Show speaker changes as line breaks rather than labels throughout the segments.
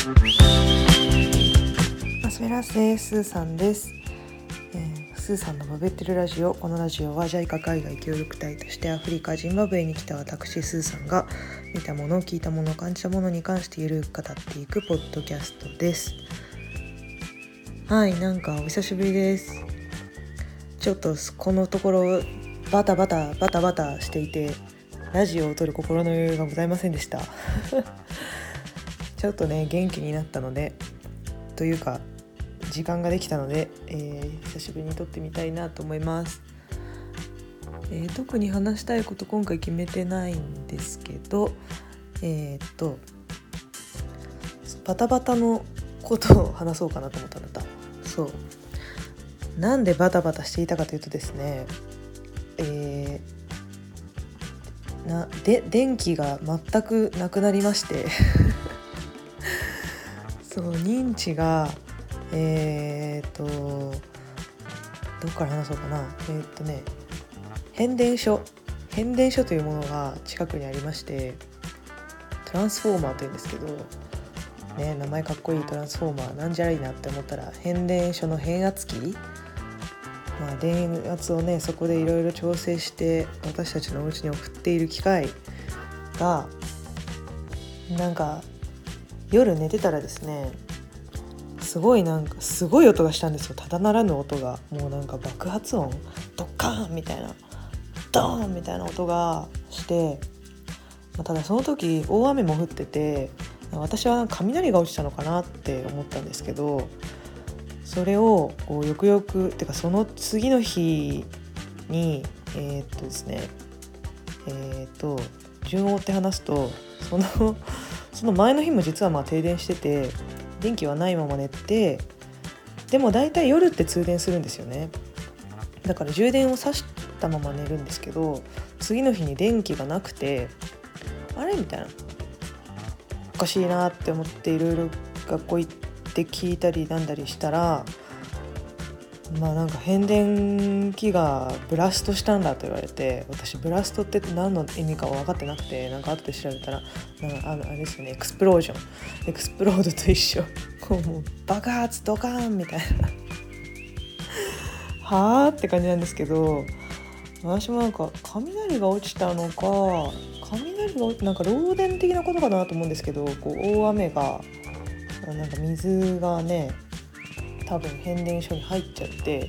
マスメラスです。スーさんです。スーさんのバベってるラジオ。このラジオは JICA 海外協力隊としてアフリカ・ジンバブエに来た私スーさんが見たもの、聞いたもの、感じたものに関してゆるく語っていくポッドキャストです。はい、なんかお久しぶりです。ちょっとこのところバタバタしていてラジオを撮る心の余裕がございませんでしたちょっとね元気になったのでというか時間ができたので、久しぶりに撮ってみたいなと思います。特に話したいこと今回決めてないんですけど、バタバタのことを話そうかなと思ったんだ。そう、なんでバタバタしていたかというとですね、電気が全くなくなりましてそう認知がどっから話そうかな。変電所というものが近くにありまして、トランスフォーマーというんですけどね、名前かっこいいトランスフォーマーなんじゃらいいなって思ったら、変電所の変圧器、電圧をねそこでいろいろ調整して私たちのお家に送っている機械がなんか夜寝てたらですね、すごい音がしたんですよ。ただならぬ音が、もうなんか爆発音、ドッカーンみたいな、ドーンみたいな音がして、ただその時大雨も降ってて、私は雷が落ちたのかなって思ったんですけど、それをこうよくよくてかその次の日にですね順を追って話すと、その前の日も実は停電してて、電気はないまま寝て、でもだいたい夜って通電するんですよね。だから充電をさしたまま寝るんですけど、次の日に電気がなくて、あれみたいな、おかしいなって思っていろいろ学校行って聞いたりなんだりしたら、なんか変電機がブラストしたんだと言われて、私ブラストって何の意味か分かってなくて、なんか後で調べたらあれですよね、エクスプロードと一緒もう爆発ドカーンみたいなはーって感じなんですけど、私もなんか雷が落ちたのか、なんか漏電的なことかなと思うんですけど、こう大雨がなんか水がね多分変電所に入っちゃって、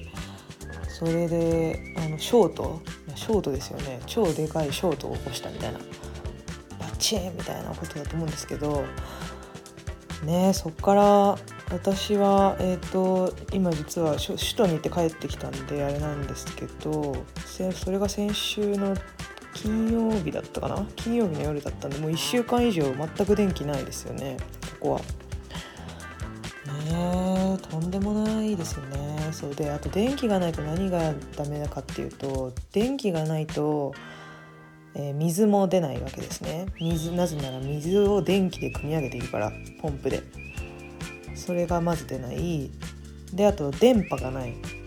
それでショートですよね、超でかいショートを起こしたみたいな、バチーンみたいなことだと思うんですけどね。そっから私は今実は首都に行って帰ってきたんであれなんですけど、それが先週の金曜日だったかな、金曜日の夜だったんで、もう1週間以上全く電気ないですよね、ここはね。とんでもないですよね。そうで、あと電気がないと何がダメだかっていうと、電気がないと、水も出ないわけですね。なぜなら水を電気で汲み上げているから、ポンプで。それがまず出ない。で、あと電波がない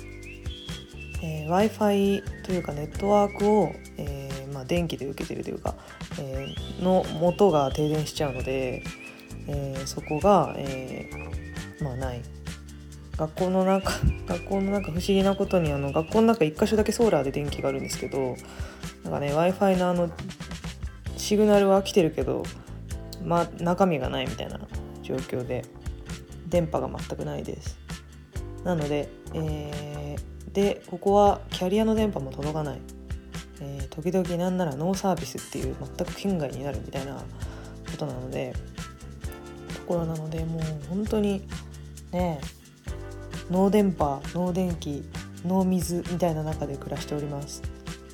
、Wi-Fi というかネットワークを、電気で受けてるというか、の元が停電しちゃうので、そこが、ない。学校の中不思議なことに学校の中1箇所だけソーラーで電気があるんですけど、なんかね Wi-Fi のシグナルは来てるけど、中身がないみたいな状況で電波が全くないです。なので、でここはキャリアの電波も届かない、時々なんならノーサービスっていう全く圏外になるみたいなことなので、ところなので、もう本当にね、ノー電波、ノー電気、ノー水みたいな中で暮らしております。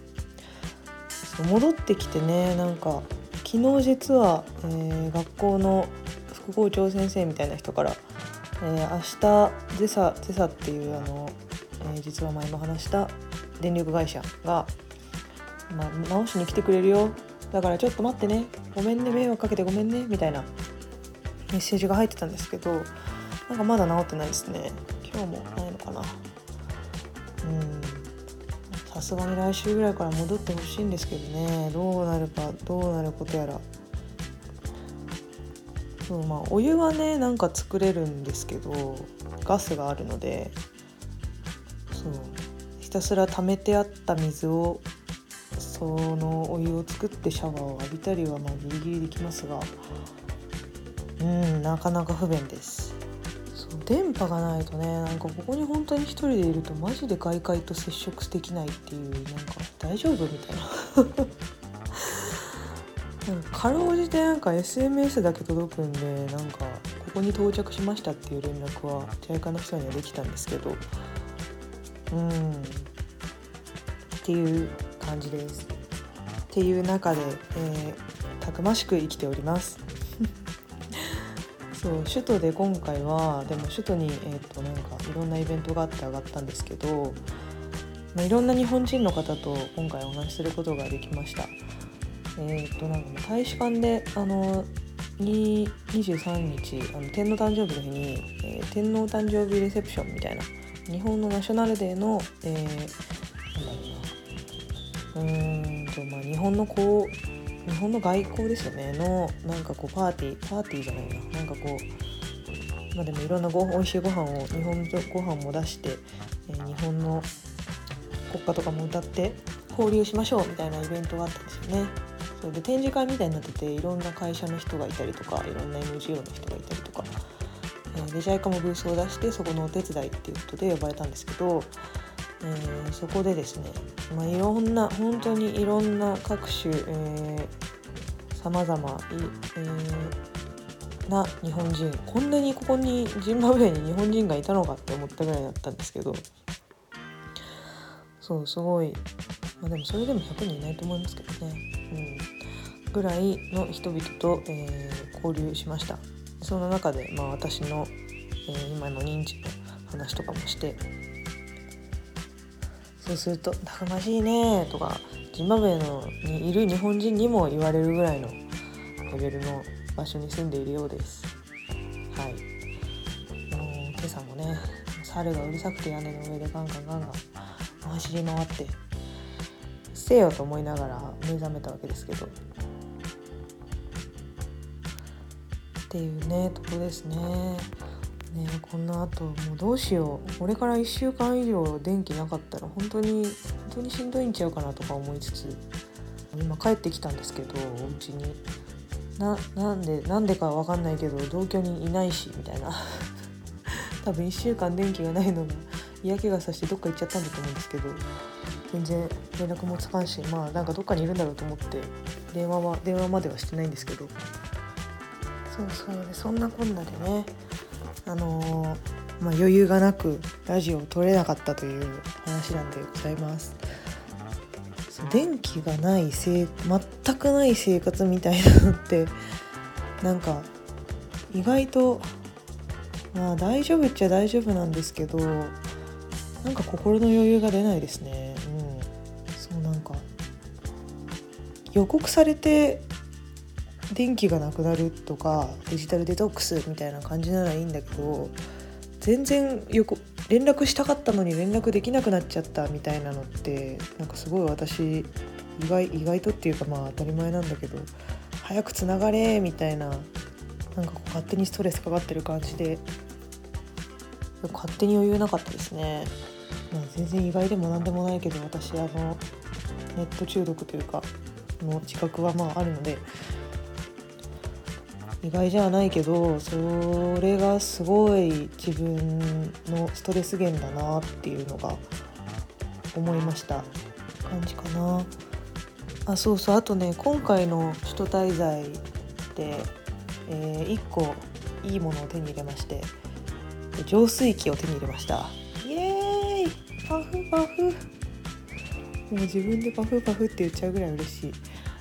戻ってきてね、なんか昨日実は、学校の副校長先生みたいな人から、明日ゼサっていう実は前も話した電力会社が、直しに来てくれるよ、だからちょっと待ってね、ごめんね、迷惑かけてごめんねみたいなメッセージが入ってたんですけど、なんかまだ治ってないですね。今日もないのかな。さすがに来週ぐらいから戻ってほしいんですけどね、どうなることやら。 そうお湯はねなんか作れるんですけど、ガスがあるのでひたすら溜めてあった水をそのお湯を作ってシャワーを浴びたりはギリギリできますが、なかなか不便です。電波がないとね、なんかここに本当に一人でいるとマジで外界と接触できないっていう、なんか大丈夫みたいななんかかろうじてなんか SMS だけ届くんで、なんかここに到着しましたっていう連絡はJICAの人にはできたんですけど、っていう感じです。っていう中で、たくましく生きておりますそう首都で今回はでも首都に、なんかいろんなイベントがあって上がったんですけど、いろんな日本人の方と今回お話しすることができました。なんか大使館で23日天皇誕生日の日に、天皇誕生日レセプションみたいな日本のナショナルデーの、日本の外交ですよねのなんかパーティーじゃないな、なんかでもいろんな美味しいご飯を日本ご飯も出して、日本の国歌とかも歌って交流しましょうみたいなイベントがあったんですよね。そうで展示会みたいになってて、いろんな会社の人がいたりとか、いろんな NGO の人がいたりとか、でJICAもブースを出してそこのお手伝いっていうことで呼ばれたんですけど、そこでですね、本当にいろんな各種さまざまな日本人、こんなにここにジンバブエに日本人がいたのかって思ったぐらいだったんですけど、すごい、でもそれでも100人いないと思いますけどね、ぐらいの人々と、交流しました。その中で、私の、今の認知の話とかもして、そうするとたくましいねとか、ジンバブエにいる日本人にも言われるぐらいのレベルの場所に住んでいるようです。はい。今朝もね、猿がうるさくて屋根の上でガンガン走り回ってせよと思いながら目覚めたわけですけど、っていうねところですね。この後もうどうしよう、これから1週間以上電気なかったら本当にしんどいんちゃうかなとか思いつつ、今帰ってきたんですけど、お家になんでかわかんないけど同居にいないしみたいな多分1週間電気がないのが嫌気がさしてどっか行っちゃったんだと思うんですけど、全然連絡もつかんし、なんかどっかにいるんだろうと思って電話まではしてないんですけど、そんなこんなでね、余裕がなくラジオを撮れなかったという話なんでございます。電気がない全くない生活みたいなのってなんか意外と大丈夫っちゃ大丈夫なんですけど、なんか心の余裕が出ないですね。なんか予告されて電気がなくなるとかデジタルデトックスみたいな感じならいいんだけど、全然連絡したかったのに連絡できなくなっちゃったみたいなのって、なんかすごい私意外とっていうか当たり前なんだけど、早くつながれみたいな、なんか勝手にストレスかかってる感じで勝手に余裕なかったですね。全然意外でもなんでもないけど、私ネット中毒というかの自覚はあるので意外じゃないけど、それがすごい自分のストレス源だなっていうのが思いました感じかな。あとね、今回の首都滞在で、1個いいものを手に入れまして、浄水器を手に入れました。イエーイ、パフパフ。もう自分でパフパフって言っちゃうぐらい嬉しい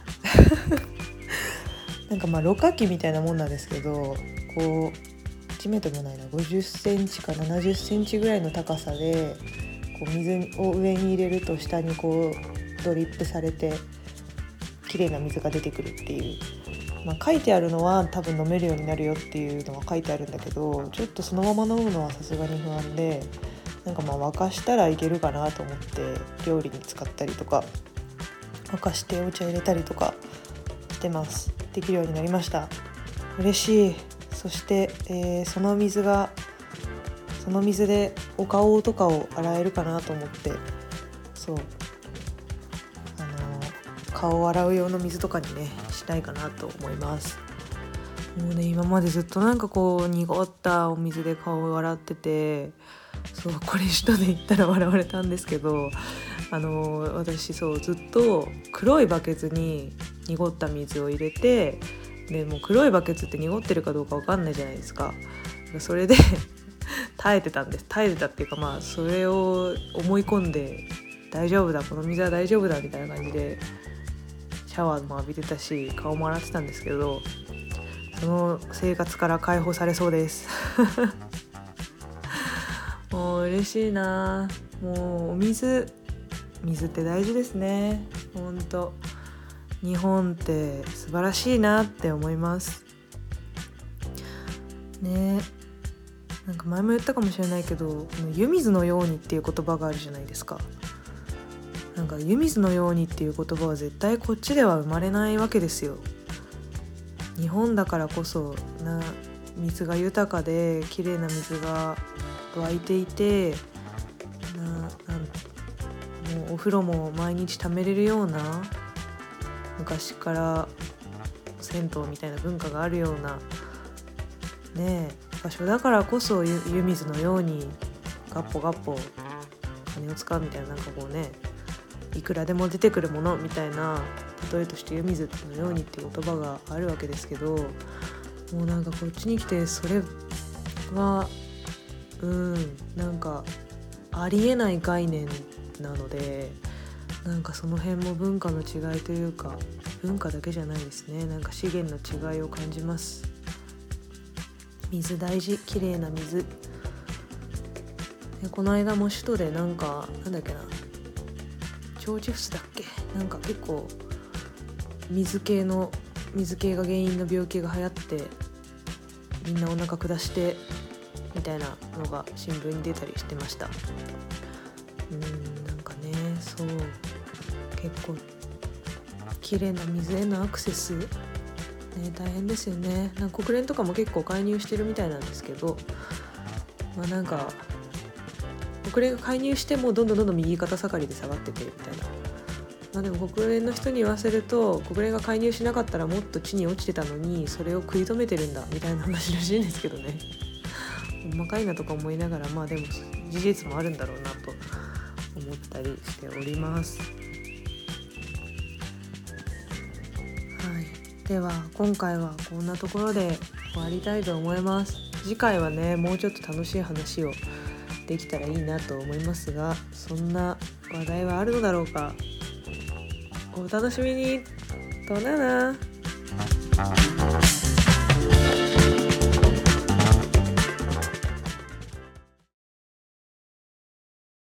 なんかろ過器みたいなもんなんですけど、1メートルもないな、50センチか70センチぐらいの高さで水を上に入れると下にドリップされて綺麗な水が出てくるっていう、書いてあるのは多分飲めるようになるよっていうのが書いてあるんだけど、ちょっとそのまま飲むのはさすがに不安で、なんか沸かしたらいけるかなと思って料理に使ったりとか、沸かしてお茶入れたりとかしてます。できるようになりました。嬉しい。 そして、その水でお顔とかを洗えるかなと思って、そう顔を洗う用の水とかにねしたいかなと思います。もうね、今までずっとなんかこう濁ったお水で顔を洗ってて、そうこれ人で言ったら笑われたんですけど、私ずっと黒いバケツに濁った水を入れて、でもう黒いバケツって濁ってるかどうか分かんないじゃないですか。それで耐えてたっていうか、それを思い込んで、大丈夫だ、この水は大丈夫だみたいな感じでシャワーも浴びてたし、顔も洗ってたんですけど、その生活から解放されそうですもう嬉しいな。もうお水って大事ですね。ほんと日本って素晴らしいなって思いますね。なんか前も言ったかもしれないけど、湯水のようにっていう言葉があるじゃないですか。なんか湯水のようにっていう言葉は絶対こっちでは生まれないわけですよ。日本だからこそ水が豊かで綺麗な水が湧いていて、もうお風呂も毎日ためれるような、昔から銭湯みたいな文化があるようなね場所だからこそ、湯水のようにガッポガッポ金を使うみたいな、なんかこうね、いくらでも出てくるものみたいな例えとして湯水のようにっていう言葉があるわけですけど、もうなんかこっちに来てそれはなんかありえない概念なので、なんかその辺も文化の違いというか、文化だけじゃないですね、なんか資源の違いを感じます。水大事、綺麗な水で、この間も首都でなんだっけな、腸チフスだっけ、なんか結構水系が原因の病気が流行って、みんなお腹下してみたいなのが新聞に出たりしてました。なんかね、そう結構綺麗な水へのアクセスね、大変ですよね。なんか国連とかも結構介入してるみたいなんですけど、なんか国連が介入してもどんどん右肩下がりで下がっててみたいな。でも国連の人に言わせると、国連が介入しなかったらもっと地に落ちてたのに、それを食い止めてるんだみたいな話らしいんですけどね。細かいなとか思いながら、でも事実もあるんだろうなと思ったりしております。では今回はこんなところで終わりたいと思います。次回はね、もうちょっと楽しい話をできたらいいなと思いますが、そんな話題はあるのだろうか。お楽しみに。となな。